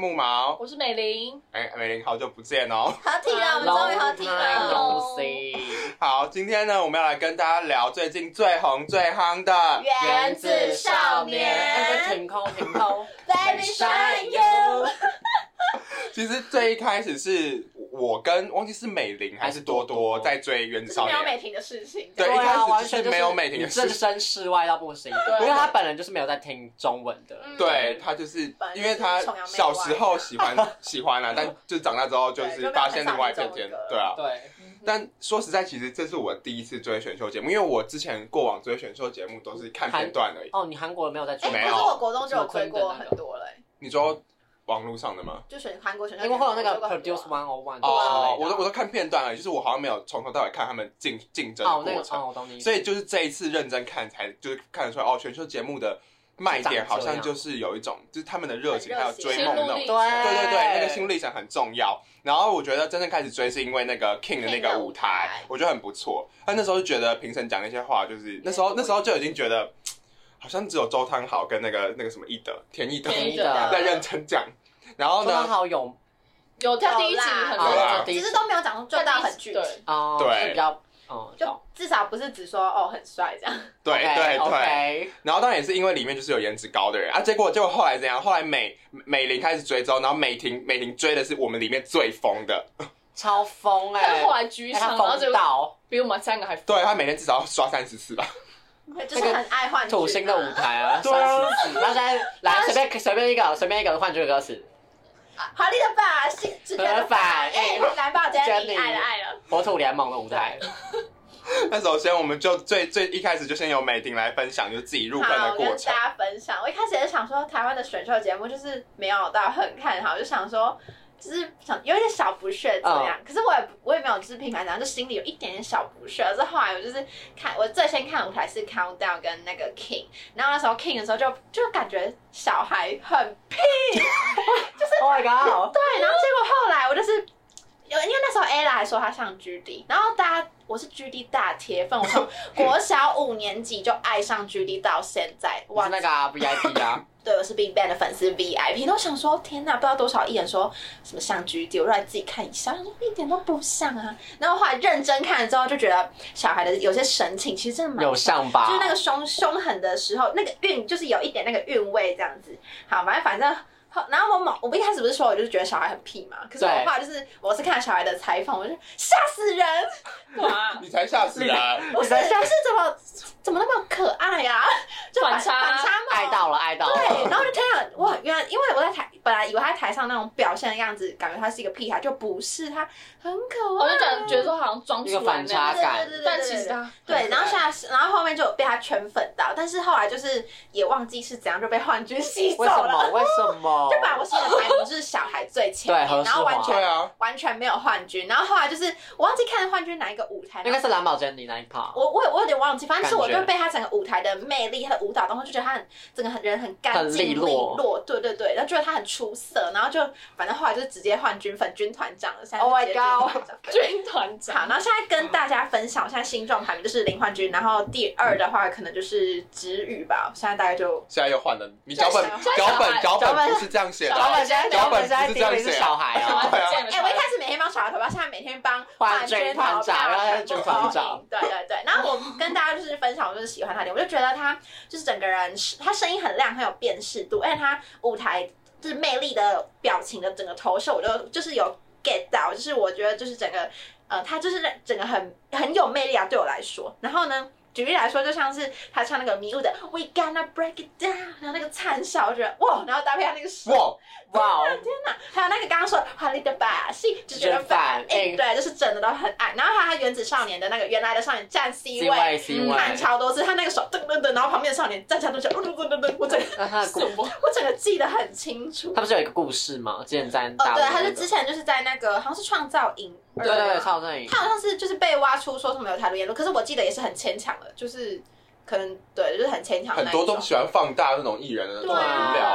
木毛， 我是美玲。 美玲好久不见哦， 合体了，我们终于合体了。 好，今天呢，我们要来跟大家聊最近最红最夯的原子少年。 停空 ，Baby Shine You。 其实最一开始是我跟忘记是美玲还是多多在追原子少年， 没有美婷的事情。 对，一开始就是没有美婷的事情， 置身事外到不行。因为他本人就是没有在听中文的， 对他就是因为他小时候喜欢啊，但就是长大之后就是发现另外一片天，对啊， 对。 但说实在，其实这是我第一次追选秀节目，因为我之前过往追选秀节目都是看片段而已。 哦，你韩国的没有在追？ 没有。 可是我国中就有追过很多了。 你说网络上的吗？ 就韩国选秀， 因为会有那个 Produce 101 哦，我都看片段而已，就是我好像没有从头到尾看他们竞争的过程。 我懂你。 所以就是这一次认真看，才就是看得出来哦，选秀节目的卖点好像就是有一种，就是他们的热情还有追梦那种，对，那个心路历程很重要。然后我觉得真正开始追是因为那个 King 的那个舞台，我觉得很不错。但那时候就觉得评审讲那些话，就是那时候就已经觉得，好像只有周汤豪跟那个什么田一德在认真讲。然后呢， 周汤豪有他第一集很多，只是都没有讲出到很具体， 对， 比较。 就至少不是只说很帅这样。 对。然后当然也是因为里面就是有颜值高的人啊，结果后来怎样？后来美玲开始追之后，然后美婷追的是我们里面最疯的， 超疯但是后来居上，然后就比我们3个还疯。 对，他每天至少要刷30次吧。 就是很爱换土星的舞台啊，30次。然后现在来随便一个换句的歌词。 华丽的把戏，直觉的反应，来吧，今天爱了。 火土联盟的舞台。 那首先我们就最一开始就先由美婷来分享，就是自己入坑的过程。 跟大家分享，我一开始也想说，台湾的选秀节目就是没有到很看好，就想说，就是想有一点小不屑怎么样。可是我也没有就是评判怎样，就心里有一点点小不屑。可是后来我就是我最先看的舞台是 Countdown 跟那个 King， 然后那时候 King 的时候就感觉小孩很屁，就是 Oh my god， 对，然后结果后来我就是因为那时候 Ella 还说她像 GD， 然后我是 GD 大铁粉，我从国小5年级就爱上 GD 到现在。 我是那个VIP 啊。 对，我是 BigBang 的粉丝 VIP， 都想说天哪，不知道多少艺人说什么像 GD， 我就来自己看一下，说一点都不像啊。然后后来认真看了之后，就觉得小孩的有些神情其实真的蛮有像吧， 就是那个凶狠的时候，那个韵就是有一点那个韵味这样子。好，反正。然后我一开始不是说我就是觉得小孩很屁嘛，可是我后来我是看小孩的采访，我就吓死人， 你才吓死人， 不是怎么那么可爱啊？就反差嘛， 爱到了。 对，然后就天啊，哇，原来因为我在本来以为他在台上那种表现的样子，感觉他是一个屁孩，就不是，他很可爱。 我就觉得说好像装出来一个反差感， 但其实他对，然后后面就被他圈粉到，但是后来就是也忘记是怎样就被幻君吸走了。 为什么？ 就把我心的排名就是小孩最前面，然后完全没有幻君，然后后来就是我忘记看幻君哪一个舞台， 应该是蓝宝坚尼那一趴， 我有点忘记，反正是我就被他整个舞台的魅力，他的舞蹈当中就觉得他整个人很干净利落，对，然后觉得他很出色，然后就反正后来就是直接换军团长了，现在 Oh my god， 军团长。 好，然后现在跟大家分享，现在新状排名就是林焕君，然后第2的话可能就是知宇吧，现在大概就现在又换了，你脚本不是这样写的， 脚本现在第1名是小孩啊。 我一开始每天帮小孩投票，现在每天帮焕君团长，然后军团长， 对，然后我跟大家就是分享，我就是喜欢他点，我就觉得他就是整个人，他声音很亮，很有辨识度，而且他舞台就是魅力的表情的整个投射，我就是有 get 到，就是我觉得就是整个他就是整个很有魅力啊，对我来说。然后呢，举例来说，就像是他唱那个迷雾的 We Gonna Break It Down， 然后那个灿笑，我觉得哇，然后搭配他那个手，哇，天哪！还有那个刚刚说华丽的把戏，就觉得反应，对，就是整的都很爱。然后还有他原子少年的那个原来的少年站 C 位，看超多次，他那个手噔噔噔，然后旁边的少年站起来都讲噔噔噔噔，我整个记得很清楚。 他不是有一个故事吗？之前在对，他是之前就是在那个好像是创造营。 对，创造营， 他好像是就是被挖出说什么有台独言论，可是我记得也是很牵强的，就是可能对，就是很牵强。 很多都喜欢放大那种艺人的无聊啊。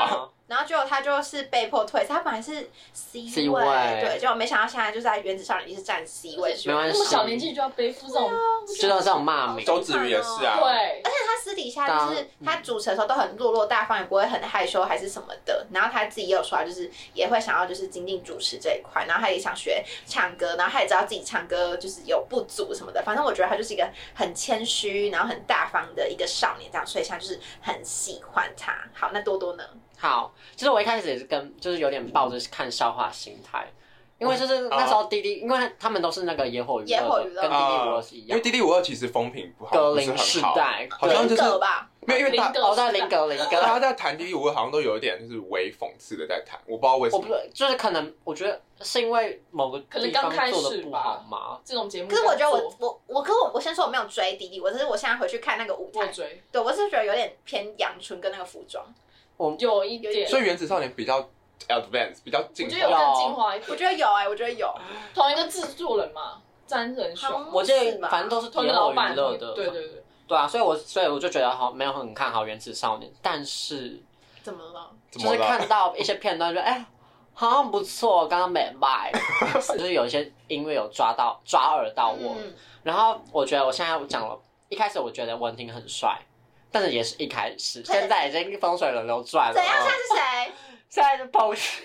然后结果他就是被迫退赛，他本来是 C 位，对，结果没想到现在就在原子少年是占 C 位， 没关系， 那么小年纪就要背负这种， 知道这种骂名。 周子瑜也是啊， 对， 而且他私底下就是他主持的时候都很落落大方，也不会很害羞还是什么的。然后他自己也有说，就是也会想要就是精进主持这一块，然后他也想学唱歌，然后他也知道自己唱歌就是有不足什么的。反正我觉得他就是一个很谦虚，然后很大方的一个少年，这样，所以现在就是很喜欢他。好，那多多呢？ 好，其实我一开始也是就是有点抱着看笑话心态，因为就是那时候滴滴，因为他们都是那个野火娱乐，跟滴滴52是一样。 因为滴滴52其实风评不好， 格林世代， 好像就是吧。 没有，因为在林格， 大家在谈滴滴52好像都有一点就是微讽刺的在谈，我不知道为什么。 就是可能我觉得是因为某个可能刚开始不好吗？ 这种节目。 可是我觉得我先说我没有追滴滴，我现在回去看那个舞台，对我是觉得有点偏阳春跟那个服装。 有一点， 所以原子少年比较 advanced， 比较进化， 我觉得有更进化一点。 我觉得有我觉得有同一个制作人嘛，詹仁雄， 我记得反正都是同一个老板的，对啊，所以我就觉得没有很看好原子少年，但是怎么了？ 就是看到一些片段，就好像不错，刚刚没卖，就是有一些音乐有抓耳到我，然后我觉得我现在讲了，一开始我觉得文婷很帅。但是也是一开始，现在已经风水轮流转了。 怎样？现在是谁？ 现在是彭宪，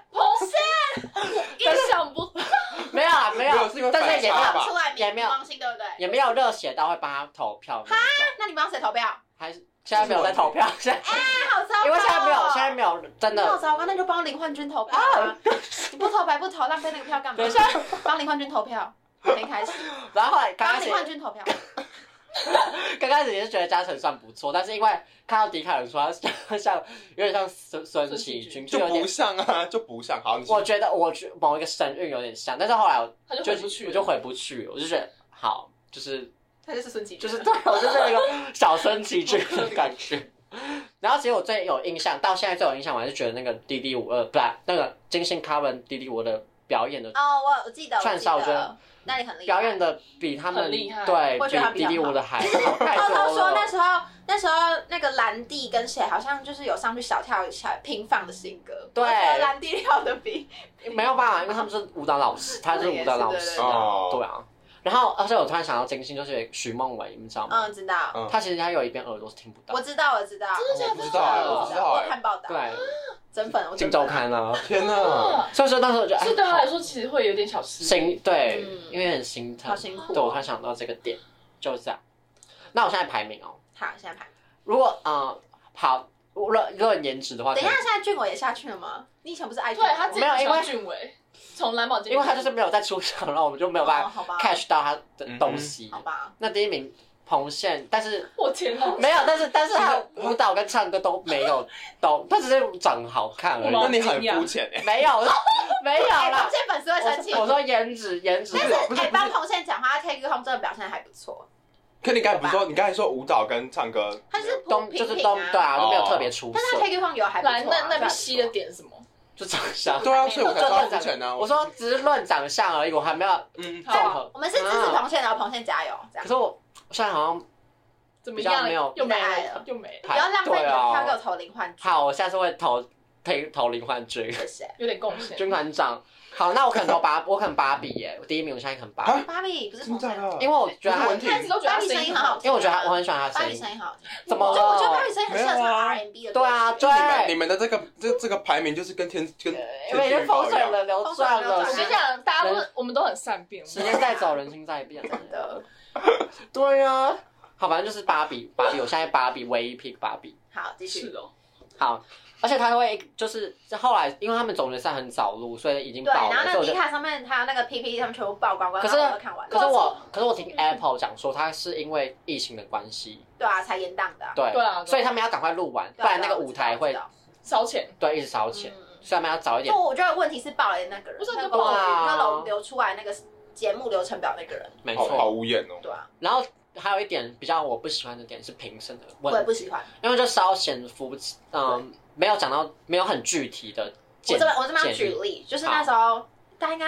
意想不到。 没有，但是也没有出来也没有对不对？ 也没有热血到会帮他投票。 哈，那你帮谁投票？ 还是现在没有在投票？现在好糟糕！ 因为现在没有真的。 好糟糕，那就帮林焕君投票啊！你不投白不投，浪费那个票干嘛？等一下，帮林焕君投票，没开始。 然后后来帮林焕君投票。 刚开始也是觉得嘉诚算不错，但是因为看到迪凯尔说他像有点像孙启军， 就不像啊，就不像。好， 我觉得某一个神韵有点像，但是后来我就回不去，我就觉得好，就是他就是孙启军， 就是对我就是一个小孙启军的感觉。然后其实我最有印象，到现在最有印象，我还是觉得那个滴滴52，不然那个金星 cover 滴滴52的表演的我记得串烧，我觉得。 那你很厉害， 表演的比他们厉害， 对，比滴滴52的还好太多了。 偷说那时候那个兰弟跟谁好像就是有上去小跳一下平放的新歌， 对， 兰弟跳的比没有办法，因为他们是舞蹈老师，他是舞蹈老师，对啊。然后，而且我突然想到金星，就是许梦伟，你们知道吗？ 知道。 他其实有一边耳朵是听不到。 我知道。 真的假的？我不知道我看报道。 对。 真粉， 金周刊啊！ 天哪！ 所以说那时候就， 所以对他来说其实会有点小失心，对，因为很心疼， 好辛苦。 对，我突然想到这个点，就是这样。那我现在排名哦。 好，现在排。 如果好，论颜值的话， 等一下，现在俊伟也下去了吗？你以前不是爱俊？ 对他没有，因为俊伟从蓝宝坚， 因为他就是没有在出场，然后我们就没有办法 catch 到他的东西。 好吧。 那第一名。彭宪，但是我天哪， 没有，但是他舞蹈跟唱歌都没有，他只是长得好看而已。 那你很肤浅哎， 没有啦。 彭宪粉丝会生气。 我说颜值， 但是帮彭宪讲话，他 Take You Home 真的表现还不错。 可你刚才说舞蹈跟唱歌， 他是就是都对啊，都没有特别出色。 但是他 Take You Home 有还不错。 那被吸的点是什么？ 就长相。 对啊，所以我才说肤浅啊。 我说只是论长相而已，我还没有综合。 我们是支持彭宪，然后彭宪加油。 可是我现在好像。 怎么样？又没了， 又没了。 不要浪费你的票，给我投林焕君。 好，我下次会投林焕君。 谢谢。 有点贡献。 军团长。好，那我可能我可能芭比耶，我第一名，我现在可能芭比。 芭比不是彭宪， 因为我觉得他一直都觉得芭比声音很好听， 因为我觉得我很喜欢他声音。 芭比声音好听。 怎么了？ 我觉得芭比声音很适合唱 R&B 的。 对啊，对。 你们的这个排名就是跟天气风水轮流转了。 我跟你讲，大家我们都很善变， 时间在走，人心在变， 真的。 对啊。好，反正就是芭比，我现在芭比唯一 pick 芭比。 好，继续。 是哦。 好，而且他会就是后来，因为他们总决赛很早录，所以已经爆了。 对，然后那个 D 卡上面还有那个 PPT 他们全部曝光， 可是我听 Apple 讲说，他是因为疫情的关系。 对啊，才延档的。 对啊，所以他们要赶快录完，不然那个舞台会烧钱。 对，一直烧钱，所以他们要早一点。 我觉得问题是爆雷那个人，不是那个流出来那个节目流程表那个人， 没错， 好无言哦。 对啊， 然后。还有一点比较我不喜欢的点是评审的问题， 我也不喜欢， 因为就稍显肤没有讲到没有很具体的。 我这边举例，就是那时候大家应该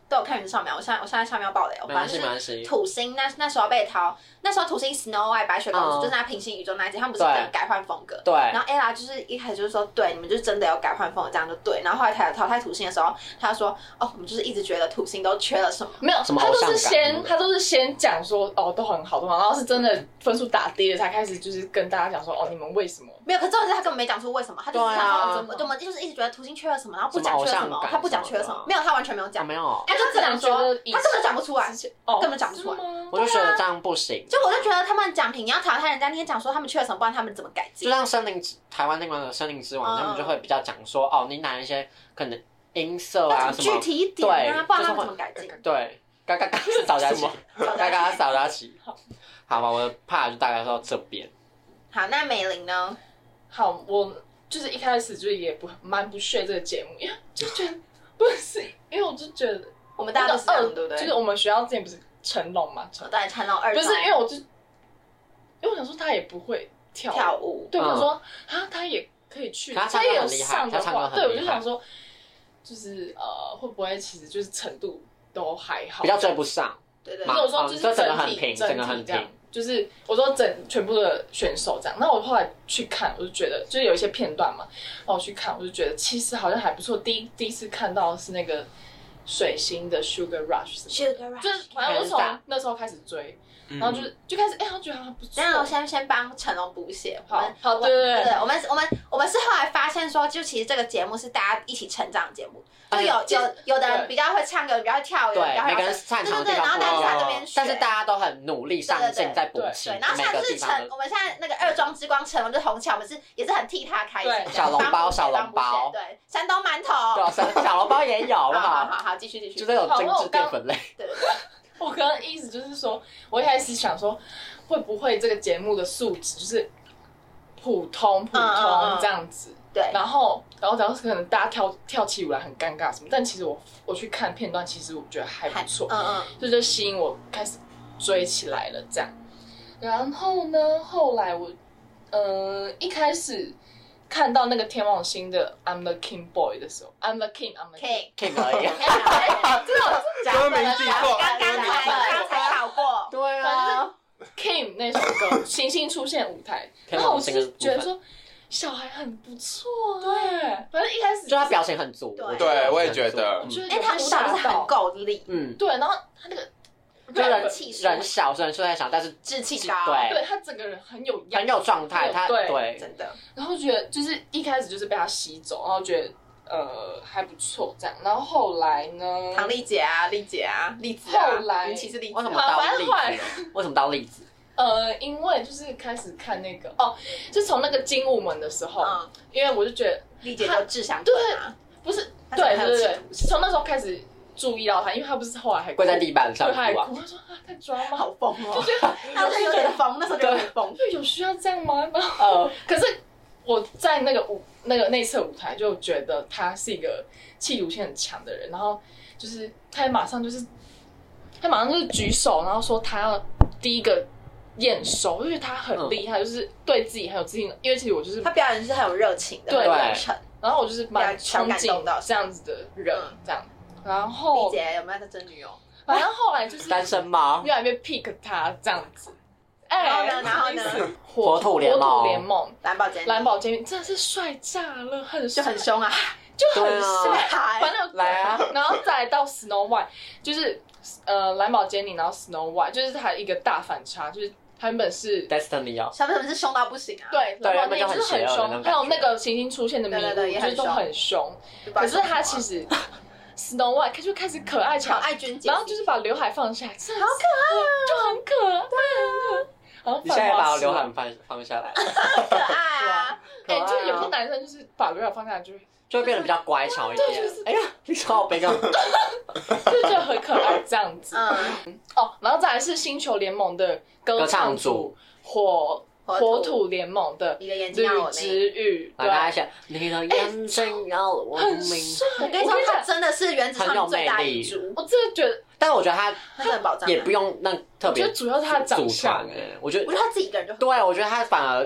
都有看原子少年，我现在上面要爆雷哦。反正就是土星那时候被淘，那时候土星 Snow White 白雪公主就是那平行宇宙那一集，他们不是可以改换风格？ 对。 然后 Ella 就是一开始就是说，对，你们就真的有改换风格，这样就对。然后后来淘汰土星的时候，他就说，哦，我们就是一直觉得土星都缺了什么？ 没有，他都是先讲说，哦，都很好，然后是真的分数打低了，才开始就是跟大家讲说，哦，你们为什么？ 没有，可是重点是他根本没讲出为什么，他就是讲说，我们就是一直觉得土星缺了什么，然后不讲缺了什么，他不讲缺了什么，没有，他完全没有讲， 没有， 他就只能说，他根本讲不出来，根本讲不出来。 我就觉得这样不行。 就我就觉得他们讲评，你要淘汰人家，你也讲说他们缺了什么，不然他们怎么改进？ 就像台湾那个森林之王，他们就会比较讲说，哦，你哪一些可能音色啊什么， 具体一点啊，不然他们怎么改进？ 对，刚是曹佳琪，曹佳琪。好吧，我的 part 就大概到这边。 好，那美玲呢？ 好，我就是一开始就也蛮不屑这个节目，因为就觉得不是，因为我就觉得我们大家都是这样，对不对？ 就是我们学校之前不是成龙嘛， 对，成龙2 不是因为我想说他也不会跳舞， 对，我想说啊，他也可以去， 他也有上的话，对， 我就想说，就是会不会其实就是程度都还好， 比较追不上， 对对， 我说就是整个很平，整个很平。 就是我说全部的选手这样，那我后来去看，我就觉得就是有一些片段嘛，然后我去看，我就觉得其实好像还不错。第一次看到的是那个水星的 Sugar Rush， 就是反正我从那时候开始追，然后就开始我觉得好像不错。 那我先帮成龙补血， 好，对， 我们是后来发现说，就其实这个节目是大家一起成长的节目。就有的人比较会唱歌，比较会跳，有的比较会， 每个人擅长的地方不一样，但是大家都很努力上进，在补齐。 然后像是我们现在那个二庄之光成龙就是红桥，我们也是很替他开心。 小笼包， 对，山东馒头， 对，小笼包也有， 好，继续， 就这种精致淀粉类。 对， 我刚刚意思就是说，我一开始想说，会不会这个节目的素质就是普通这样子。 对， 然后可能大家跳起舞来很尴尬什么，但其实我去看片段，其实我觉得还不错，就吸引我开始追起来了这样。然后呢，后来我一开始看到那个天王星的 I'm the King Boy 的时候 ，I'm the King 而已， 歌名记错， 刚才考过， 对啊 ，King 那首歌星星出现舞台，然后我是觉得说。小孩很不错，对，反正一开始就他表情很足， 对，我也觉得， 他舞蹈是很够力， 对，然后他那个就人小，虽然说在小，但是志气高， 对他整个人很有状态，他对， 真的， 然后觉得就是一开始就是被他吸走，然后觉得还不错这样，然后后来呢， 唐丽姐啊，栗子啊， 后来其实栗子， 为什么到栗子？为什么到栗子？ 因为就是开始看那个就从那个精武门的时候，因为我就觉得丽姐就志向对，不是对，从那时候开始注意到他，因为他不是后来还跪在地板上哭啊，他说太抓吗？ 好疯哦，就觉得他有点疯，那时候就有点疯， 就有需要这样吗？可是我在那个内侧舞台就觉得他是一个企图心很强的人，然后就是他马上就是举手，然后说他要第一个验收，因为他很厉害，就是对自己很有自信。因为其实我就是他表演是很有热情的， 对， 然后我就是蛮憧憬这样子的人，这样。然后丽姐有没有在争女友？ 反正后来就是单身吗？ 越来越 pick 他这样子。 然后呢？ 火土联盟， 蓝宝坚尼真的是帅炸了， 就很凶啊， 就很帅。反正来啊， 然后再来到 Snow White， 就是蓝宝坚尼，然后 Snow White， 就是他一个大反差，就是他原本是 Destiny 哦， 他们是凶到不行啊， 对，蓝宝坚尼就是很凶，还有那个行星出现的迷雾，就是都很凶。可是他其实 Snow White 就开始可爱起来，然后就是把刘海放下来，真的好可爱，就很可爱。 你现在把我刘海放下来， 可爱啊！ 就是有些男生就是把刘海放下来就会变得比较乖巧一点。哎呀，你超好悲啊！ 就觉得很可爱这样子。然后再来是星球联盟的歌唱组火土联盟的吕植宇， 来大家想，你的眼睛要我很帅。我跟你说，他真的是原子少年最大一株。 我真的觉得， 但是我觉得他很保障， 也不用那特别。 我觉得主要是他的长相， 我觉得他自己一个人就对，我觉得他反而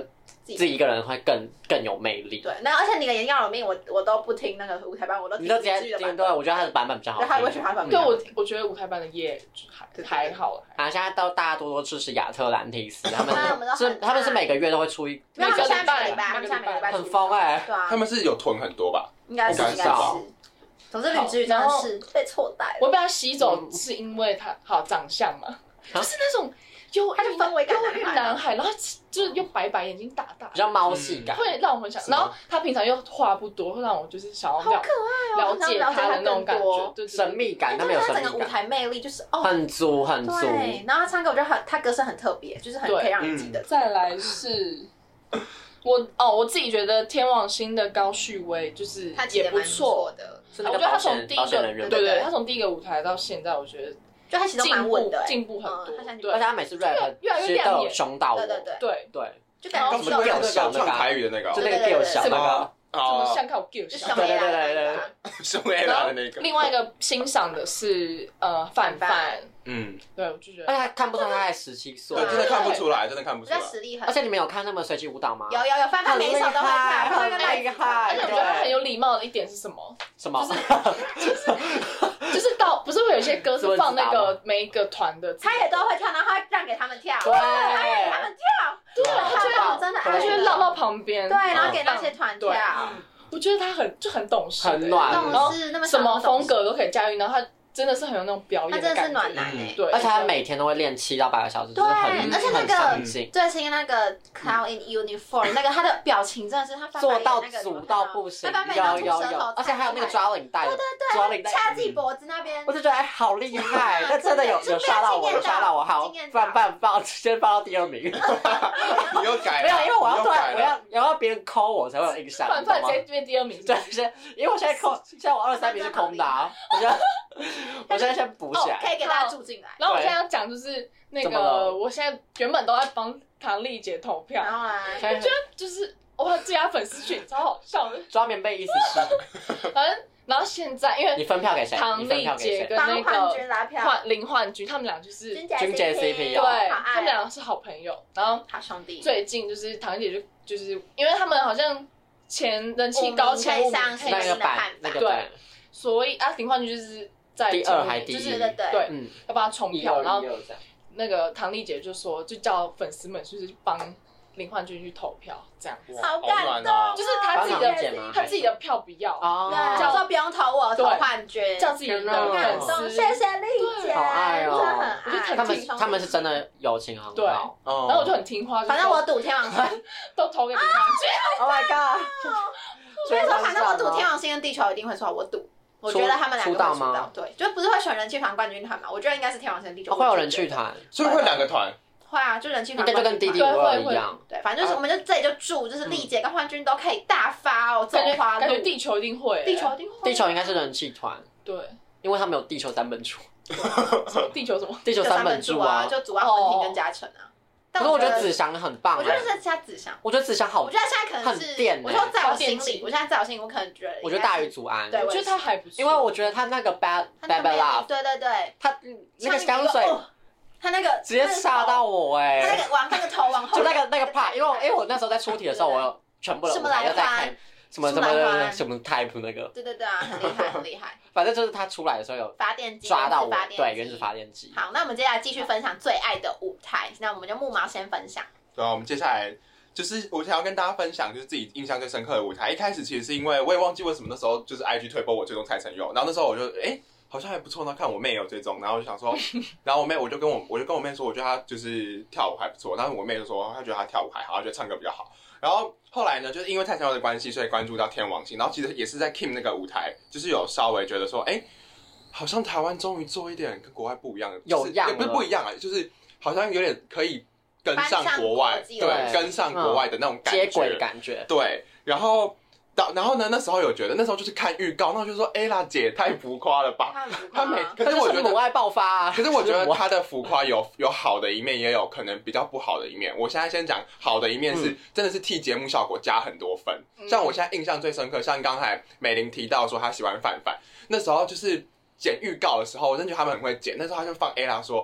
自己一个人会更有魅力。 对，那而且你的《要有命》我都不听那个舞台版，我都听你都直接剧的版本。 对，我觉得他的版本比较好听。 对，他会选他版本。 对我觉得舞台版的也还好。 啊，现在大家多支持亚特兰蒂斯，他们是每个月都会出一， 每个礼拜， 很疯哎。 对啊， 他们是有囤很多吧？ 应该是。总之，吕志宇真的是被错待了。 我被他吸走是因为他好长相嘛，就是那种他就氛围感男孩，然后就是又白白眼睛大大， 比较猫系感， 会让我很想。然后他平常又话不多，会让我就是想要好可爱了解他的那种感觉，对神秘感，他没有神秘感， 整个舞台魅力就是很足。 对，然后他唱歌，我觉得他歌声很特别，就是很可以让人记得。 再来是。我自己觉得天王星的高旭威就是也不错的， 我觉得他从第一个对， 他从第一个舞台到现在，我觉得就他其实蛮稳的， 进步很多， 而且他每次 rap 越来越亮眼， 凶到我， 对， 就感觉是不是那个唱台语的那个， 就那个 Gill 小那个， 怎么像靠 Gill 小， 对， 凶 A 啦的那个。 另外一个欣赏的是范范。对，我就觉得， 而且他看不出来他才17岁， 对，真的看不出来，真的看不出来。 实力很。 而且你们有看那么随机舞蹈吗？ 有，范范每一首都会看， 很厉害。 而且我觉得他很有礼貌的一点是什么？ 什么？ 就是不是会有一些歌是放那个每一个团的， 他也都会跳，然后他让给他们跳， 对， 他给他们跳，对， 他就会绕到旁边， 对，然后给那些团跳。 我觉得他很懂事， 很暖， 然后什么风格都可以驾驭，然后他。真的是很有那种表演的感觉， 他真的是暖男哎， 对， 而且他每天都会练7到8个小时，就是很上进。 最新那个 Clown in Uniform 那个他的表情真的是他做到足到不行，有，而且还有那个抓领带，抓领带掐自己脖子那边， 我就觉得好厉害，那真的有刷到我，有刷到我，好，先放到第2名。 你又改？ 没有，因为我要突然我要别人call我才会有印象， 突然直接变第2名， 对， 因为我现在现在我23名是空的，我现在先补起来， 可以给大家住进来。 然后我现在要讲就是那个，我现在原本都在帮唐丽姐投票， 然后我觉得就是我要加粉丝群，超好笑的， 抓棉被意思是， 反正然后现在因为你分票给谁？ 唐丽姐跟那个林焕君，他们俩就是君姐 CP， 对，他们两个是好朋友，然后好兄弟。 最近就是唐丽姐就是因为他们好像人气高前5名那个版对，所以林焕君就是在第2还第1， 对，要帮他冲票，然后那个唐丽姐就说，就叫粉丝们就是帮林焕君去投票，这样好感动， 就是他自己的票不要， 叫做不用投我，投焕君， 叫自己的粉丝， 谢谢丽姐， 好爱哦， 我就很他们是真的友情很好， 对，然后我就很听话， 反正我赌天王星都投给林焕君 ，Oh my god， 所以说反正我赌天王星跟地球一定会出来，我赌。我觉得他们两个会出道，对，就不是会选人气团冠军团嘛？我觉得应该是天王星地球会有人气团， 所以会2个团， 会啊，就人气团就跟弟弟我一样， 对，反正就是我们就这里就祝，就是丽姐跟焕君都可以大发哦，走花路。 感觉地球一定会， 地球一定会， 地球应该是人气团， 对， 因为他们有地球3本柱， 地球什么？ 地球3本柱啊， 就祖安、文婷跟嘉诚啊。 可是我觉得子祥很棒， 我觉得是加子祥， 我觉得子祥好， 我觉得现在可能是，我说在我心里，我现在在我心里，我可能觉得， 我觉得大于祖安， 对，我觉得他还不错， 因为我觉得他那个 Bad Love， 对， 他那个香水， 他那个直接杀到我哎， 他那个往那个头往后， 就那个 part，因为我那时候在出题的时候，我有全部的舞台都在看。什么 type 那个？ 对啊，很厉害，很厉害。 反正就是他出来的时候有发电机抓到我，对，原子发电机。 好，那我们接下来继续分享最爱的舞台。那我们就木毛先分享。 对啊，我们接下来就是我想要跟大家分享，就是自己印象最深刻的舞台。一开始其实是因为我也忘记为什么那时候就是 IG 推播我追踪蔡成佑，然后那时候我就好像还不错，那看我妹也有追踪，然后我就想说，然后我就跟我妹说，我觉得她就是跳舞还不错，然后我妹就说她觉得她跳舞还好，她觉得唱歌比较好。然后后来呢，就是因为蔡成佑的关系，所以关注到天王星，然后其实也是在 Kim 那个舞台，就是有稍微觉得说，好像台湾终于做一点跟国外不一样的， 有样也不是不一样啊，就是好像有点可以跟上国外，对，跟上国外的那种感觉， 接轨感觉， 对，然后呢，那时候有觉得，那时候就是看预告，那我就说，啦姐太浮夸了吧？可是我觉得母爱爆发啊。 可是我觉得她的浮夸有好的一面，也有可能比较不好的一面。我现在先讲好的一面是，真的是替节目效果加很多分。像我现在印象最深刻，像刚才美玲提到说她喜欢范范，那时候就是剪预告的时候，我真的觉得他们很会剪。那时候他就放 ella 说。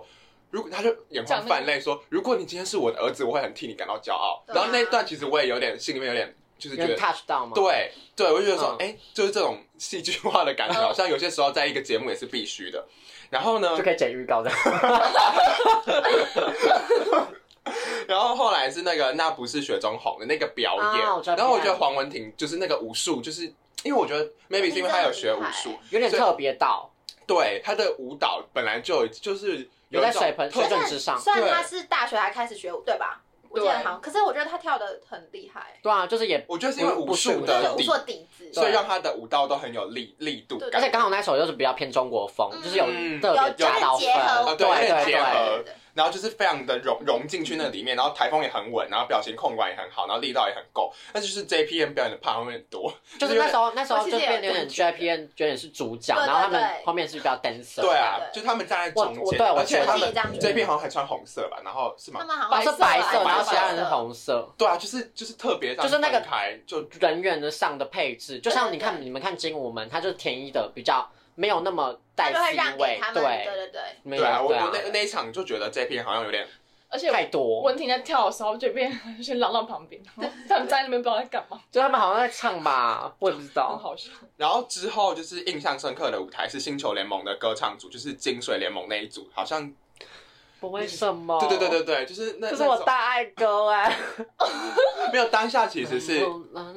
如果他就眼眶泛泪说，如果你今天是我的儿子，我会很替你感到骄傲。然后那一段其实我也有点心里面有点就是觉得 touch 到吗？ 对，我就觉得说，就是这种戏剧化的感觉，好像有些时候在一个节目也是必须的。然后呢， 就可以剪预告的。 然后后来是那不是雪中红的那个表演，然后我觉得黄文婷就是那个武术，就是因为我觉得 maybe 是因为她有学武术， 有点特别到。 对，她的舞蹈本来就是有在水准之上。 虽然她是大学才开始学舞，对吧？我记得好，可是我觉得她跳的很厉害。 对啊，就是也我觉得是因为武术的底子， 所以让她的舞蹈都很有力度， 而且刚好那首又是比较偏中国风，就是有特别加到分， 对，结合。然后就是非常的融进去那里面，然后台风也很稳，然后表情控管也很好，然后力道也很够。但就是 JPN 表演的 part 会很多， 就是那时候就变得有点 JPN 有点是主角，然后他们后面是比较 dancer。 对啊，就他们站在中间，而且他们 JPN 好像还穿红色吧，然后是吗？ 他们好像是白色，然后其他人是红色。 对啊，就是特别就是那个台就人员的上的配置，就像你们看精武门，它就是田一的比较。没有那么带 C 位， 对啊，我那一场就觉得这片好像有点， 而且太多。 文婷在跳的时候，这边先嚷到旁边，然后他们在那边不知道在干嘛， 就他们好像在唱吧，我也不知道， 很好笑。 然后之后就是印象深刻的舞台是星球联盟的歌唱组，就是金水联盟那一组，好像不为什么？ 对，就是那这是我大爱歌哎， 没有当下其实是，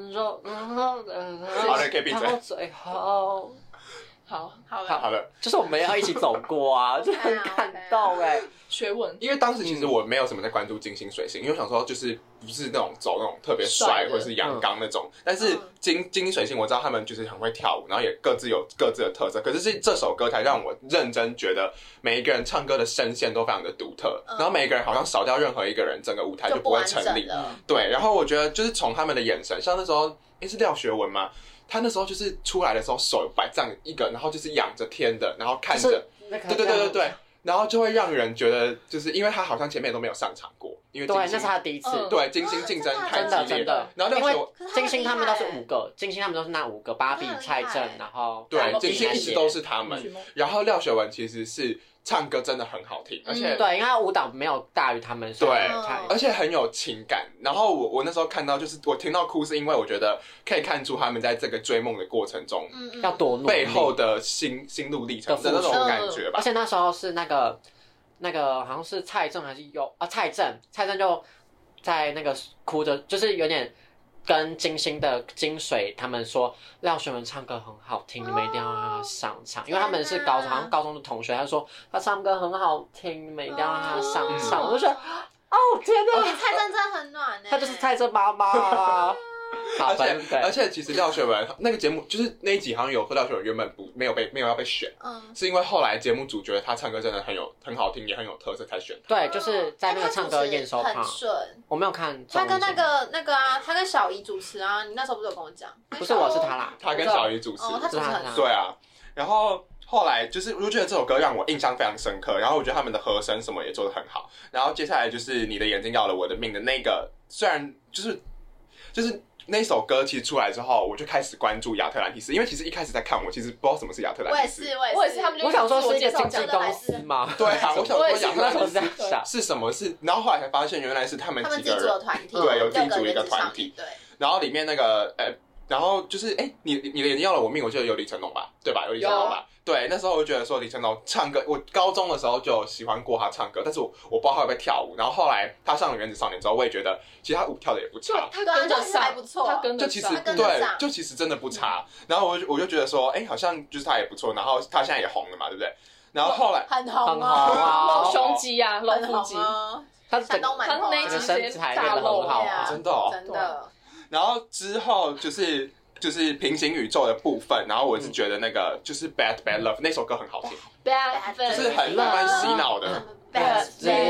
好了，可以闭嘴。 最后。 好了， 就是我们要一起走过啊，就很感动哎。 学文， 因为当时其实我没有什么在关注金星水星，因为我想说就是不是那种走那种特别帅或者是阳刚那种，但是金星水星我知道他们就是很会跳舞，然后也各自有各自的特色，可是这首歌才让我认真觉得每一个人唱歌的声线都非常的独特，然后每一个人好像少掉任何一个人，整个舞台就不会成立。对，然后我觉得就是从他们的眼神，像那时候是廖学文吗？他那时候就是出来的时候手摆这样一个，然后就是仰着天的，然后看着，对，然后就会让人觉得，就是因为他好像前面都没有上场过，因为对，那是他的第一次， 对，金星竞争太激烈， 真的， 然后因为金星他们都是5个，金星他们都是那5个，芭比、蔡正，然后对，金星一直都是他们，然后廖学文其实是。唱歌真的很好听，而且对，因为他舞蹈没有大于他们， 对，而且很有情感。然后我那时候看到，就是我听到哭，是因为我觉得可以看出他们在这个追梦的过程中， 要多努力背后的心路历程的那种感觉吧。 而且那时候是那个好像是蔡正还是蔡正就在那个哭的，就是有点。跟金星的金水他们说廖学文唱歌很好听，你们一定要让他上场，因为他们是好像高中的同学，他说他唱歌很好听，你们一定要让他上场，我就觉得天哪， 蔡正真很暖他就是蔡正妈妈。 而且其实廖学文那个节目就是那一集好像有廖学文原本没有要被选，是因为后来节目组觉得他唱歌真的很好听，也很有特色才选他。 对，就是在那个唱歌验收很顺。 我没有看。 他跟那个啊，他跟小姨主持啊，你那时候不是有跟我讲？ 不是我是他啦， 他跟小姨主持， 他主持很对啊。然后后来就是我就觉得这首歌让我印象非常深刻，然后我觉得他们的和声什么也做得很好。然后接下来就是你的眼睛要了我的命的那个，虽然就是那首歌其实出来之后，我就开始关注亚特兰蒂斯，因为其实一开始在看，我其实不知道什么是亚特兰蒂斯。 我也是，他们就我想说是一个经纪公司嘛。 对啊，我想说亚特兰蒂斯是什么？是，然后后来才发现原来是他们几个人的团体， 对，有自己组一个团体。 对， 然后里面那个然后就是你的眼睛要了我命，我记得有李成龙吧，对吧？有李成龙吧？对，那时候我就觉得说李成龙唱歌，我高中的时候就喜欢过他唱歌，但是我不知道他会不会跳舞。然后后来他上了《原子少年》之后，我也觉得其实他舞跳的也不差， 他跟得上， 还不错， 他跟得上， 就其实真的不差。然后我就觉得说，好像就是他也不错。然后他现在也红了嘛，对不对？然后后来很红啊，露胸肌啊，露腹肌， 他那一集身材练得很好啊， 真的。 然后之后就是平行宇宙的部分，然后我是觉得那个就是 Bad Love 那首歌很好听，就是很蛮洗脑的。 Bad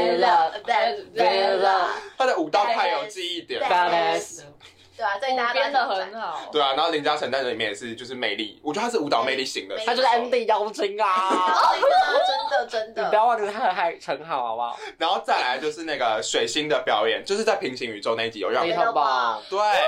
Love， 他的舞蹈太有记忆点，对啊， 对大家编得很好。 对啊，然后林嘉诚在这里面也是就是魅力，我觉得他是舞蹈魅力型的， 他就是 MD 妖精啊， 真的， 你不要忘记他还很好，好不好？ 然后再来就是那个水星的表演，就是在平行宇宙那一集有让我棒，对，我也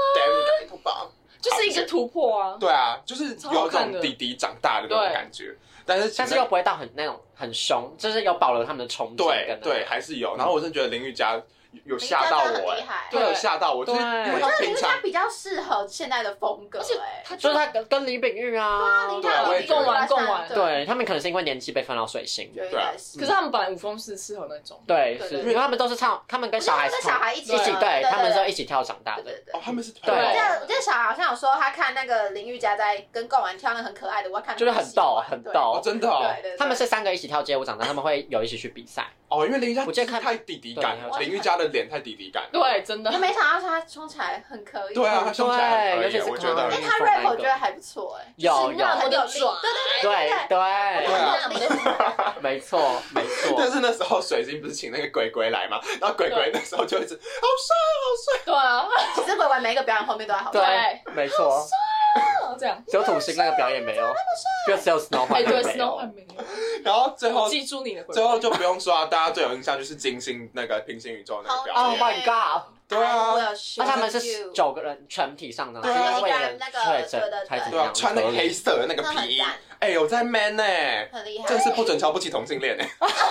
喜欢， 棒。 就是一个突破啊！ 对啊，就是有种弟弟长大的那种感觉。 但是又不会到那种很凶，就是有保留他们的冲劲。 对，还是有。然后我真的觉得林玉嘉有吓到我，对，有吓到我。就是我觉得林玉嘉比较适合现在的风格， 就是他跟李炳玉啊， 对， 共玩， 对他们可能是因为年纪被分到水星， 对。 可是他们本来舞风是适合那种， 对，是因为他们都是唱，他们跟小孩一起， 对，他们是一起跳长大的。 哦，他们是对。 我记得小孩好像有说他看那个林玉嘉在跟贡丸跳那很可爱的，我看就是很逗， 真的哦。 他们是3个一起跳街舞长大，他们会有一起去比赛。 哦，因为林玉嘉我记得看太弟弟感，林玉嘉的脸太弟弟感。 对，真的。 我没想到他冲起来很可以。 对啊，他冲起来很可以，我觉得。 他 rap 我觉得还不错有很有力， 对，没错。 但是那时候水晶不是请那个鬼鬼来嘛，然后鬼鬼那时候就一直好帅。 对啊， 其实鬼鬼每一个表演后面都还好。 对，没错。 这样， 只有土星那个表演没有，就只有 Snow White 没有。 然后最后记住你的， 最后就不用说啊，大家最有印象就是金星那个平行宇宙那个表演。 Oh my god！ 对啊， 那他们是9个人全体上的， 对啊， 为了确诊才怎么样， 穿那个黑色的那个皮衣，哎，我在 man 呢， 很厉害， 这是不准瞧不起同性恋呢。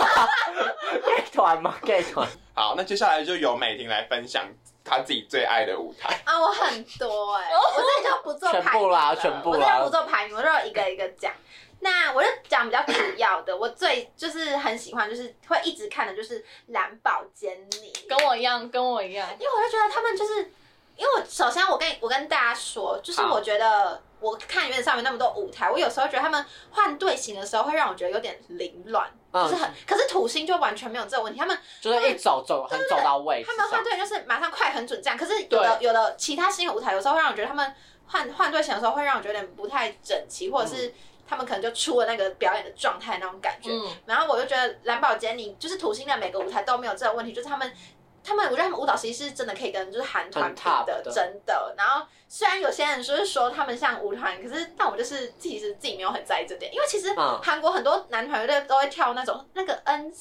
gay 团吗 ？gay 团。 好，那接下来就由美婷来分享她自己最爱的舞台啊，我很多我这里就不做排名， 全部啦， 我这里不做排名，我就一个一个讲。那我就讲比较主要的，我最就是很喜欢，就是会一直看的，就是蓝宝坚尼， 跟我一样，因为我就觉得他们就是，因为我首先我跟大家说，就是我觉得我看原子少年那么多舞台，我有时候觉得他们换队形的时候会让我觉得有点凌乱，就是可是土星就完全没有这个问题，他们就是一走很走到位， 他们换队就是马上快很准这样，可是有的其他新的舞台有时候会让我觉得他们换队形的时候会让我觉得有点不太整齐，或者是。他们可能就出了那个表演的状态那种感觉，然后我就觉得蓝宝坚尼就是土星的每个舞台都没有这个问题，就是他们我觉得他们舞蹈其实是真的可以跟就是韩团比的，真的。然后虽然有些人就是说他们像舞团，可是但我就是其实自己没有很在意这点，因为其实韩国很多男团队都会跳那种那个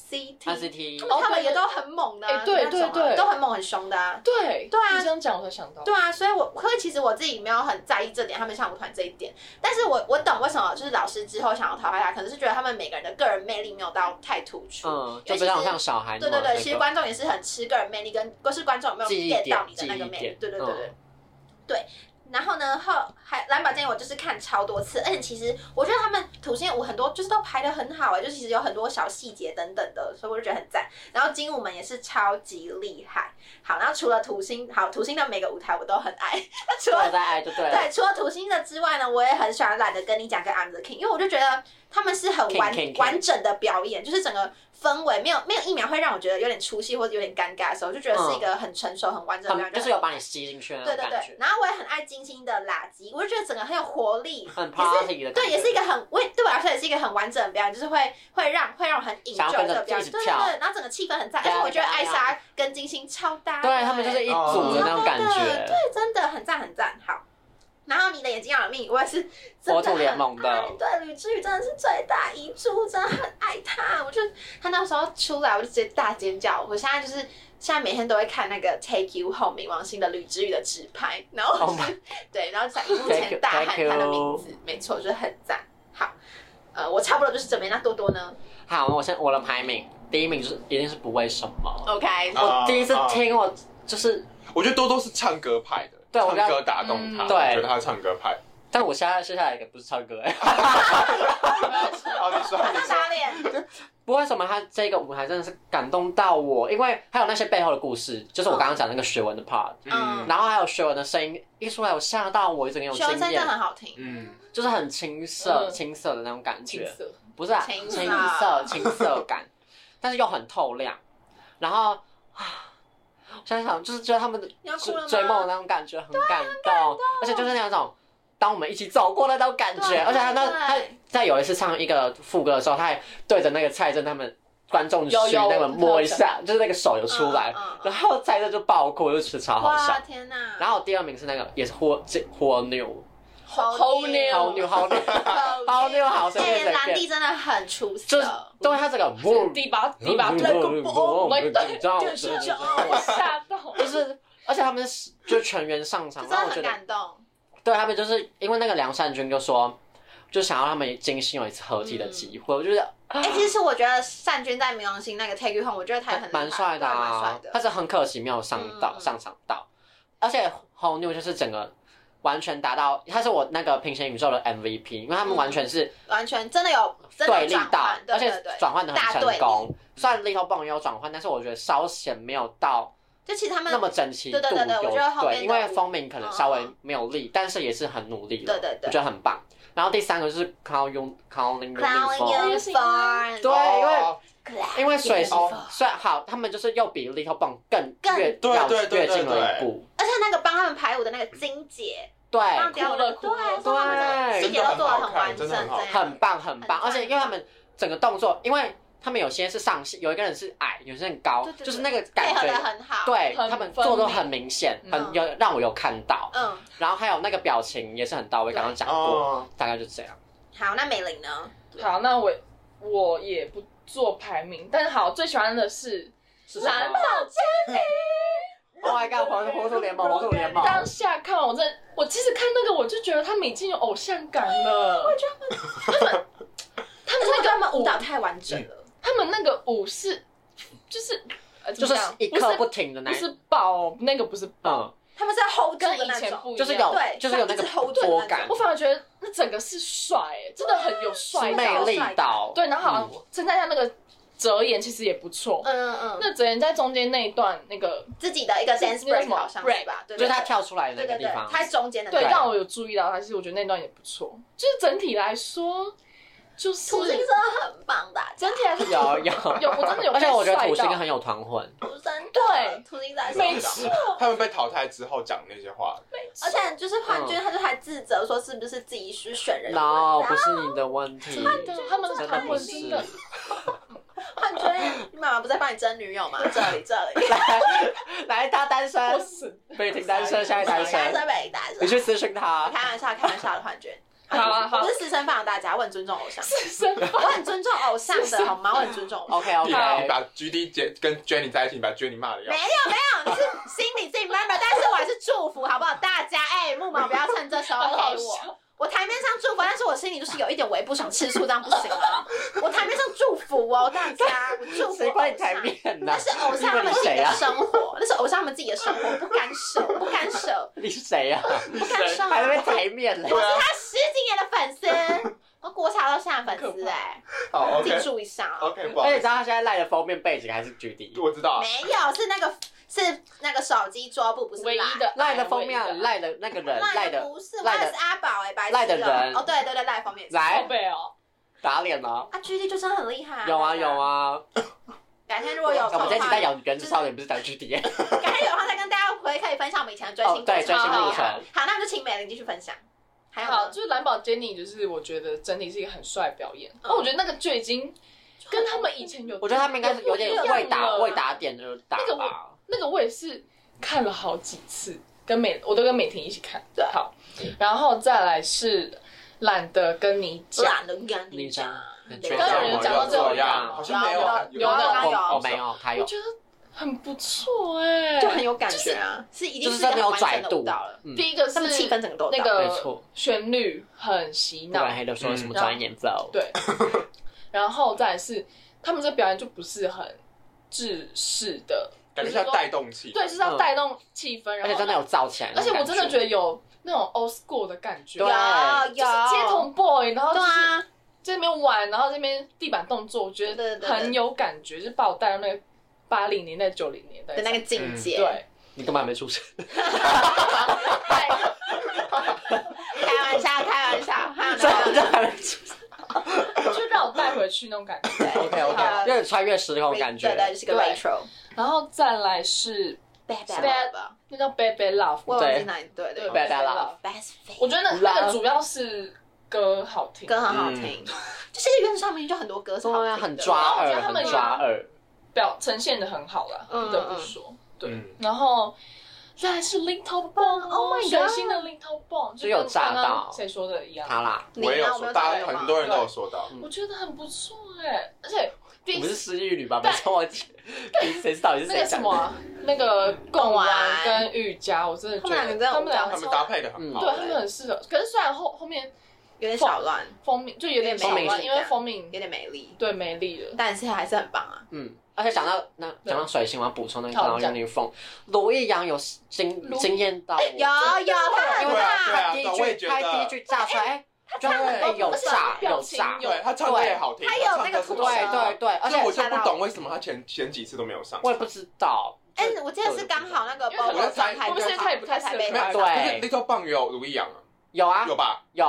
NCT， 他们也都很猛的， 对， 都很猛很凶的啊。 对啊， 你这样讲我才想到。 对啊，所以其实我自己没有很在意这点，他们像舞团这一点。但是我懂为什么就是老师之后想要淘汰他，可能是觉得他们每个人的个人魅力没有到太突出， 就不像小孩。 对，其实观众也是很吃个人魅力，跟是观众有没有 get 到你的那个魅力。对。然后呢，蓝宝坚尼我就是看超多次，而且其实我觉得他们土星舞很多就是都排得很好就其实有很多小细节等等的，所以我就觉得很赞。然后精舞们也是超级厉害。好，然后除了土星的每个舞台我都很爱。 除了在爱就对了。 对，除了土星的之外呢，我也很喜欢懒得跟你讲跟 I'm the King， 因为我就觉得他们是很完整的表演，就是整个氛围没有一秒会让我觉得有点出戏或者有点尴尬的时候，就觉得是一个很成熟很完整的表演， 就是有把你吸进去的那种感觉。 对。然后我也很爱金星的垃圾，我就觉得整个很有活力， 很 party 的感觉。 对，也是一个对我来说也是一个很完整的表演，就是会让我很 enjoy 这个表演。对，然后整个气氛很赞，而且我觉得艾莎跟金星超搭， 对他们就是一组的那种感觉， 对，真的很赞很赞。好。然后你的眼睛要有命，我也是佛土联盟的， 对，吕志宇真的是最大遗珠，真的很爱他。我就他那时候出来，我就直接大尖叫。我现在每天都会看那个 Take You Home 冥王星的吕志宇的直拍，然后对，然后在荧幕前大喊他的名字，没错，就是很赞。好，我差不多就是这边。那多多呢？ 好，我的排名第一名就是一定是不为什么。 OK， 我第一次听我觉得多多是唱歌派的。 对， 唱歌打动他，我觉得他唱歌派。 但我接下来一个不是唱歌好，你说。 傻脸。 不为什么他这个舞台真的是感动到我，因为还有那些背后的故事，就是我刚刚讲那个学文的 part， 然后还有学文的声音一出来，我吓到我，一整个有经验。 学文声真的很好听， 就是很青涩的那种感觉，不是青涩感，但是又很透亮，然后我想就是觉得他们的追梦的那种感觉很感动，而且就是那种当我们一起走过的那种感觉，而且他在有一次唱一个副歌的时候，他还对着那个蔡正他们观众席那个摸一下，就是那个手有出来，然后蔡正就爆哭，就觉得超好笑。 天哪！ 然后第二名是那个也是Whole New。 好牛，好声音， 兰弟真的很出色， 对他这个第八那个我吓到， 就是而且他们就全员上场， 真的很感动。 对他们就是因为那个梁善君就说， 就想要他们金星有一次合体的机会。我觉得， 其实我觉得善君在冥王星那个 Take You Home， 我觉得他也很蛮帅的啊， 蛮帅的。 但是很可惜没有上场到，而且 Whole New 就是整个。完全达到，他是我那个平行宇宙的 MVP， 因为他们完全是完全真的有对立到，而且转换的很成功。虽然 Little Bang 也有转换，但是我觉得稍显没有到， 就其实他们那么整齐度有对，因为风鸣可能稍微没有力，但是也是很努力了，我觉得很棒。然后第3个就是 Calling Uniform， 对，因为水星虽然好，他们就是又比 Little Bang 更越近了一步， 而且那个帮他们排舞的那个金姐。 对， 对，细节都做得很完整， 很棒很棒。而且因为他们整个动作，因为他们有些是上戏，有一个人是矮，有些人高，就是那个感觉很好。 对，他们做的很明显，让我有看到。然后还有那个表情也是很到位，刚刚讲过，大概就这样。 好，那美玲呢？ 好，那我也不做排名，但是好，最喜欢的是蓝宝坚尼。 Oh my god！ 火土联盟。 当下看完我其实看那个我就觉得他们已经有偶像感了。 我觉得他们那个舞蹈太完整了。 他们那个舞是就是一刻不停的那， 不是爆，那个不是爆， 他们是 hold 住跟以前不一样， 就是有那个波感。 我反而觉得那整个是帅，真的很有帅魅力到。 对，然后好像称赞一下那个。哲言其实也不错，那哲言在中间那一段那个自己的一个 dance break 好像是吧， 就是他跳出来的那个地方， 他中间的对，让我有注意到，但是我觉得那段也不错，就是整体来说，就是土星真的很棒的， 整体来说有，我真的有， 而且我觉得土星很有团魂， 对， 土星在没错， 他们被淘汰之后讲那些话， 而且就是幻君，他就还自责说是不是自己是选人 ，no， 不是你的问题， 他们的团魂真的。 幻君，你妈妈不在帮你争女友吗？这里， 来，他单身，北庭单身，现在单身，你去私讯他。 开玩笑的幻君。 好， 我是私生饭的大家，我很尊重偶像，我很尊重偶像的好吗？我很尊重。 OK， 你把 GD 跟 Jenny 在一起，你把 Jenny 骂了。 没有，你是心里自己慢慢，但是我还是祝福，好不好？大家，木毛不要趁这时候黑我。我台面上祝福，但是我心里就是有一点微不想吃醋，这样不行吗？我台面上祝福哦，大家，我祝福。 谁帮你台面呢？ 那是偶像他们自己的生活，那是偶像他们自己的生活，不干涉。 你是谁呀？ 不干涉， 还在那边台面嘞？ 我是他10几年的粉丝，我国潮到现在粉丝好， 记住一下。 OK， 而且你知道他现在赖的封面背景还是 GD？ 我知道， 没有，是那个手机桌布，不是唯一的赖的封面，赖的那个人，赖的不是，赖的是阿宝白痴赖的人哦，对，赖封面来哦， 打脸了啊 ！GD 就真的很厉害， 有啊。 改天如果有我们这期在聊原子少年，不是讲 GD。 改天有空再跟大家可以分享我们以前的追星对追星路程。 好，那就请美玲继续分享。 好，就是蓝宝坚尼，就是我觉得整体是一个很帅的表演。我觉得那个就已经跟他们以前有， 我觉得他们应该是有点未打点的打吧。 那个我也是看了好几次，我都跟美婷一起看。对，好，然后再来是懒得跟你讲， 刚刚有人讲到这样，好像没有， 我没有，他有， 我觉得很不错哎， 就很有感觉啊，是一定就是真的有拽度。 第一个是气氛整个都那个旋律很洗脑， 不然黑的说什么专业奏， 对，然后再来是他们这表演就不是很制式的。 感觉是要带动气， 对，是要带动气氛， 而且真的有造起来， 而且我真的觉得有那种 old school 的感觉， 有就是街头 boy， 然后就是在那边玩，然后这边地板动作，我觉得很有感觉，就是把我带到那个80年代、90年代的那个境界。 对， 你根本还没出生。 开玩笑， 真的还没出生。 就让我带回去那种感觉。 OK， 有点穿越时空的感觉。 对，是个 retro。 然后再来是 Bad Love， 那叫 Bad Love， 我忘记哪里，对 Bad Love， 我觉得那个主要是歌好听， 歌很好听。就其实原子上面就很多歌是好听的， 很抓耳，很抓耳， 呈现的很好啦，不得不说。对，然后再来是 Little Bang， 水星的 Little Bang， 就有炸到谁说的一样， 他啦， 我也有说，大家很多人都有说到， 我觉得很不错哎，而且我们是失忆女吧？没错，忘记谁到底是谁？ 那个什么，那个贡丸跟玉佳，我真的觉得他们搭配的很好， 对他们很适合。可是虽然后面有点小乱， 封面就有点小乱，因为封面有点没力， 对，没力了， 但是还是很棒啊。 而且讲到水星，我要补充那个看到 uniform， 卢易阳有惊艳到我， 有他很大， 他第一句炸出来，有炸， 对他唱歌也好听， 他有那个吐对，而且我就不懂为什么他前几次都没有上， 我也不知道。 我记得是刚好那个包包状态，不是他也不太台北， 对， Little Bang 有卢易阳啊， 有啊， 有吧？ 有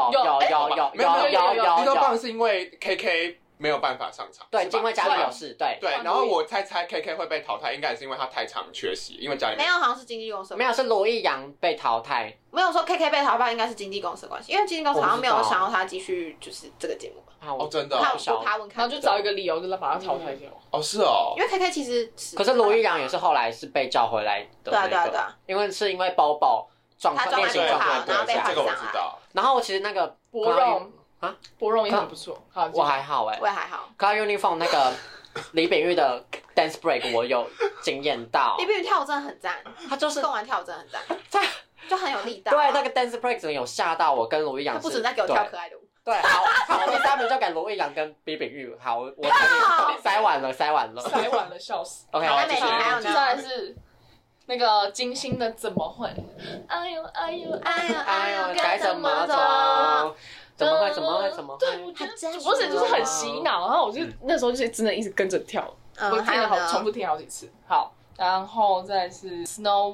Little Bang 是因为 KK 没有办法上场， 对，因为家里有事，对， 然后我猜 KK 会被淘汰，应该也是因为他太常缺席，因为家里没有，好像是经纪公司， 没有是卢易阳被淘汰， 没有说 KK 被淘汰，应该是经纪公司的关系，因为经纪公司好像没有想要他继续就是这个节目吧。 哦，真的， 我爬文看， 然后就找一个理由，就是把他淘汰掉。 哦，是哦， 因为 KK 其实， 可是卢易阳也是后来是被叫回来的， 对， 因为是因为 Bobo 练习状况， 然后被这个我知道。 然后其实那个博荣也很不错， 我还好我也还好。 看到 uniform 那个李炳玉的 dance break 我有惊艳到， 李炳玉跳舞真的很赞， 他就是动完跳舞真的很赞，就很有力道。 对，那个 dance break 真的有吓到我跟卢易阳， 他不准再给我跳可爱的舞。 对，好，第3名就给卢易阳跟李炳玉，好，我塞完了， 笑死。 OK， 那美玲还有呢？ 再来是那个金星的怎么会？哎呦， 该怎么走？怎么会？ 对，我觉得不是就是很洗脑，然后我就那时候就真的一直跟着跳，我听了重复听好几次。好，然后再是 Snow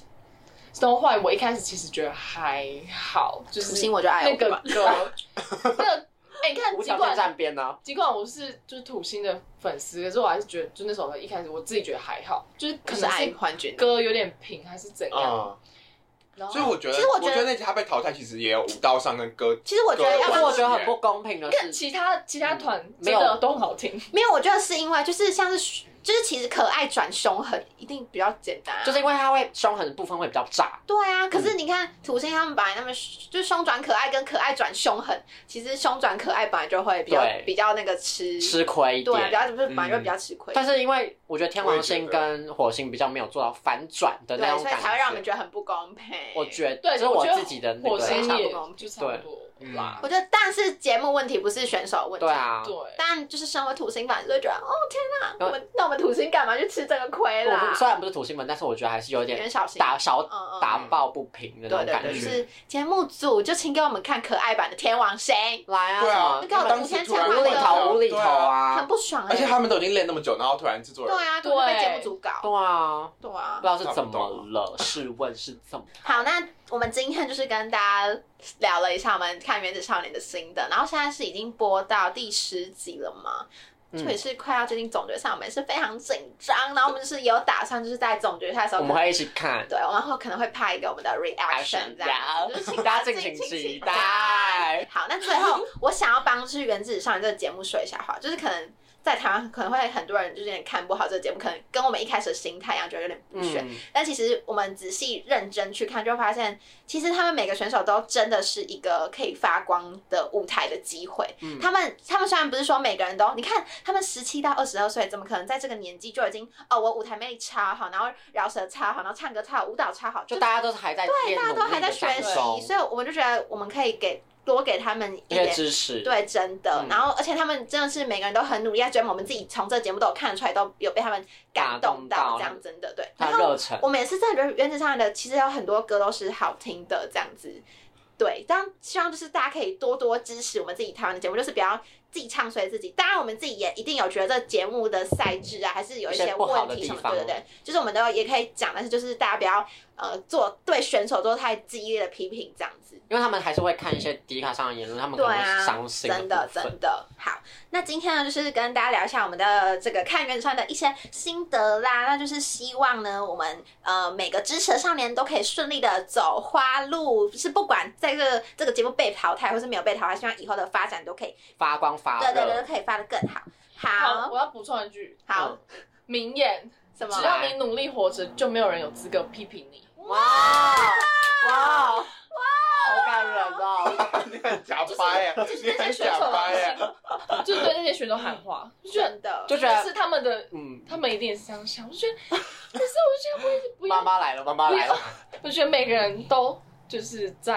White， 我一开始其实觉得还好，就是我就爱那个歌，你看， 无条件站边呢。 尽管我是就是土星的粉丝，可是我还是觉得，就那首歌一开始我自己觉得还好，就是可能是歌有点平还是怎样。 所以我觉得那集他被淘汰，其实也有舞蹈上跟歌。 其实我觉得很不公平的是， 其他团真的都很好听。 没有，我觉得是因为就是像是。就是其实可爱转凶狠一定比较简单， 就是因为它会凶狠的部分会比较炸。 对啊，可是你看土星他们本来就是凶转可爱跟可爱转凶狠，其实凶转可爱本来就会比较那个吃亏一点，对，比较就是本来就比较吃亏。 但是因为我觉得天王星跟火星比较没有做到反转的那种感觉， 所以才会让我们觉得很不公平。 我觉得这是我自己的那个火星也不公平， 就差不多。 我觉得，但是节目问题不是选手问题， 对啊， 对。 但就是身为土星粉，就会觉得哦天哪，那我们土星干嘛去吃这个亏啦？ 虽然不是土星粉，但是我觉得还是有点打抱不平的那种感觉。 就是节目组就请给我们看可爱版的天王星， 来啊！ 对啊， 那个5天前无厘头啊， 很不爽。 而且他们都已经练那么久，然后突然制作人对啊，被节目组搞。 对啊，不知道是怎么了？试问是怎么？ 好，那我们今天就是跟大家聊了一下我们看《原子少年》的心得，然后现在是已经播到第10集了嘛，就也是快要接近总决赛，我们也是非常紧张，然后我们就是有打算就是在总决赛的时候我们会一起看， 对，然后可能会拍一个我们的 reaction 这样，就是请大家敬请期待。 好，那最后我想要帮《原子少年》这个节目说一下话，就是可能。在台湾可能会很多人就是有点看不好这个节目，可能跟我们一开始的心态一样，觉得有点不屑。但其实我们仔细认真去看，就会发现，其实他们每个选手都真的是一个可以发光的舞台的机会。他们虽然不是说每个人都，你看他们17到22岁，怎么可能在这个年纪就已经我舞台魅力超好，然后饶舌超好，然后唱歌超好，舞蹈超好， 就大家都还在对，大家都还在学习，所以我们就觉得我们可以多给他们一点支持， 对，真的。然后，而且他们真的是每个人都很努力在追梦，我们自己从这个节目都有看得出来，都有被他们感动到，这样真的对。然后我们也是在原子上的，其实有很多歌都是好听的，这样子。对，当然希望就是大家可以多多支持我们自己台湾的节目，就是不要自己唱衰自己。当然，我们自己也一定有觉得这节目的赛制啊，还是有一些问题什么，对对对，就是我们都也可以讲，但是就是大家不要做对选手做太激烈的批评，这样子。 因为他们还是会看一些迪卡上的言论，他们可能会伤心真的。好，那今天呢，就是跟大家聊一下我们的这个看原子少年的一些心得啦。那就是希望呢，我们每个支持的少年都可以顺利的走花路，就是不管在这个节目被淘汰或是没有被淘汰，希望以后的发展都可以发光发热， 对，都可以发得更好。好， 我要补充一句， 好， 名言， 什么？ 只要你努力活着，就没有人有资格批评你。 哇！ 好感人哦！ 你很假掰耶， 就是那些选手的心，就是对那些选手喊话， 真的， 就觉得是他们的，他们一定也是这样想。我就觉得，可是我就觉得不要， 妈妈来了， 我觉得每个人都就是在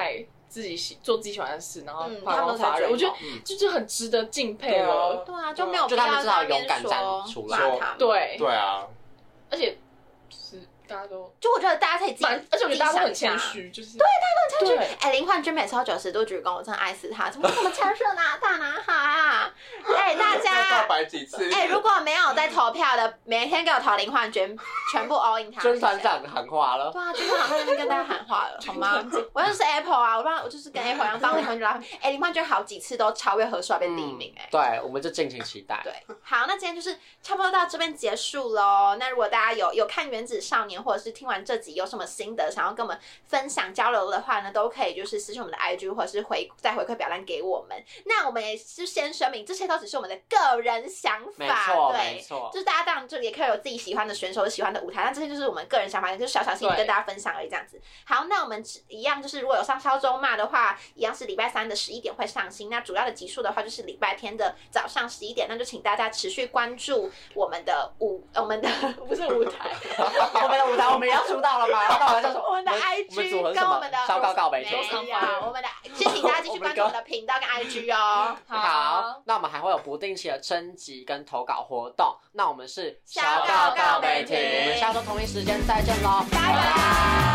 自己做自己喜欢的事，然后发光发热，我觉得就很值得敬佩了。 对啊，就没有必要他们至少勇敢站出来， 对啊， 而且就是大家都， 就我觉得大家可以自己， 而且我觉得大家都很谦虚，就是对，大家都很谦虚。林焕君每次都90度鞠躬，我真的爱死他，怎么这么谦虚呢？大男孩，大家告白几次？ 如果没有在投票的，每天给我投林焕君，全部 all in 他。 军团长喊话了， 对啊，军团长在那边跟大家喊话了，好吗？我就是 Apple 啊，我就是跟 Apple 一样当林焕君啦。林焕君好几次都超越何书变第1名对，我们就敬请期待。 对，好，那今天就是差不多到这边结束喽。那如果大家有看《原子少年》或者是听完这集有什么心得想要跟我们分享交流的话呢，都可以就是私信我们的 IG 或者是再回馈表单给我们。那我们也是先声明，这些都只是我们的个人想法， 没错， 就是大家当然就也可以有自己喜欢的选手、喜欢的舞台，那这些就是我们个人想法，就是小心跟大家分享而已这样子。好，那我们一样就是如果有上消周骂的话，一样是礼拜3的11点会上新。那主要的集数的话就是礼拜天的早上11点，那就请大家持续关注我们的不是舞台， 我们的舞台我们也要出道了吗？ 我们的 IG 跟我们的烧高告白球， 我们的先请大家继续关注我们的频道跟 IG 哦。 好，那我们还会有不定期的征集跟投稿活动。那我们是小告告美婷， 我们下周同一时间再见喽， 拜拜。